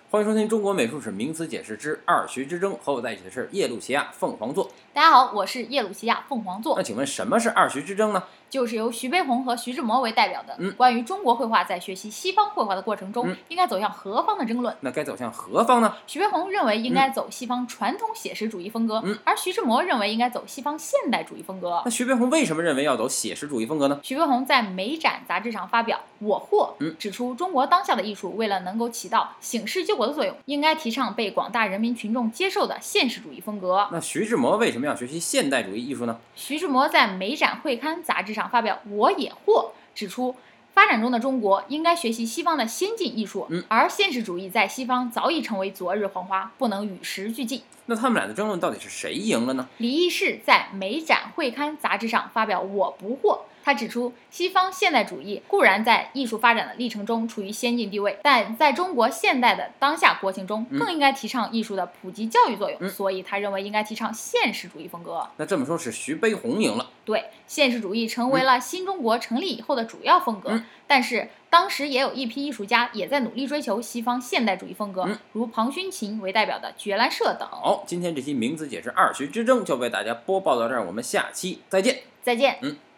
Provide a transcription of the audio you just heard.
欢迎收听中国美术史名词解释之二徐之争，和我在一起的是叶露齐亚、凤凰座。 大家好，我是叶鲁西亚凤凰座。 那请问什么是二徐之争呢？ 就是由徐悲鸿和徐志摩为代表的，关于中国绘画在学习西方绘画的过程中，应该走向何方的争论。 那该走向何方呢？ 徐悲鸿认为应该走西方传统写实主义风格，而徐志摩认为应该走西方现代主义风格。 那徐悲鸿为什么认为要走写实主义风格呢？ 徐悲鸿在《美展》杂志上发表《我获》，指出中国当下的艺术为了能够起到醒世救国的作用，应该提倡被广大人民群众接受的现实主义风格。 那徐志摩为什么要学习现代主义艺术呢？ 徐志摩在《美展会刊》杂志上发表《我也获》，指出发展中的中国应该学习西方的先进艺术，而现实主义在西方早已成为昨日黄花，不能与时俱进。 那他们俩的争论到底是谁赢了呢？ 李义士在《美展会刊》杂志上发表《我不惑》，他指出，西方现代主义固然在艺术发展的历程中处于先进地位，但在中国现代的当下国情中，更应该提倡艺术的普及教育作用，所以他认为应该提倡现实主义风格。 那这么说是徐悲鸿赢了。 对，现实主义成为了新中国成立以后的主要风格，但是当时也有一批艺术家也在努力追求西方现代主义风格，如庞勋琴为代表的觉兰社等。 好，今天这期名词解释二徐之争就为大家播报到这儿，我们下期再见。 再见。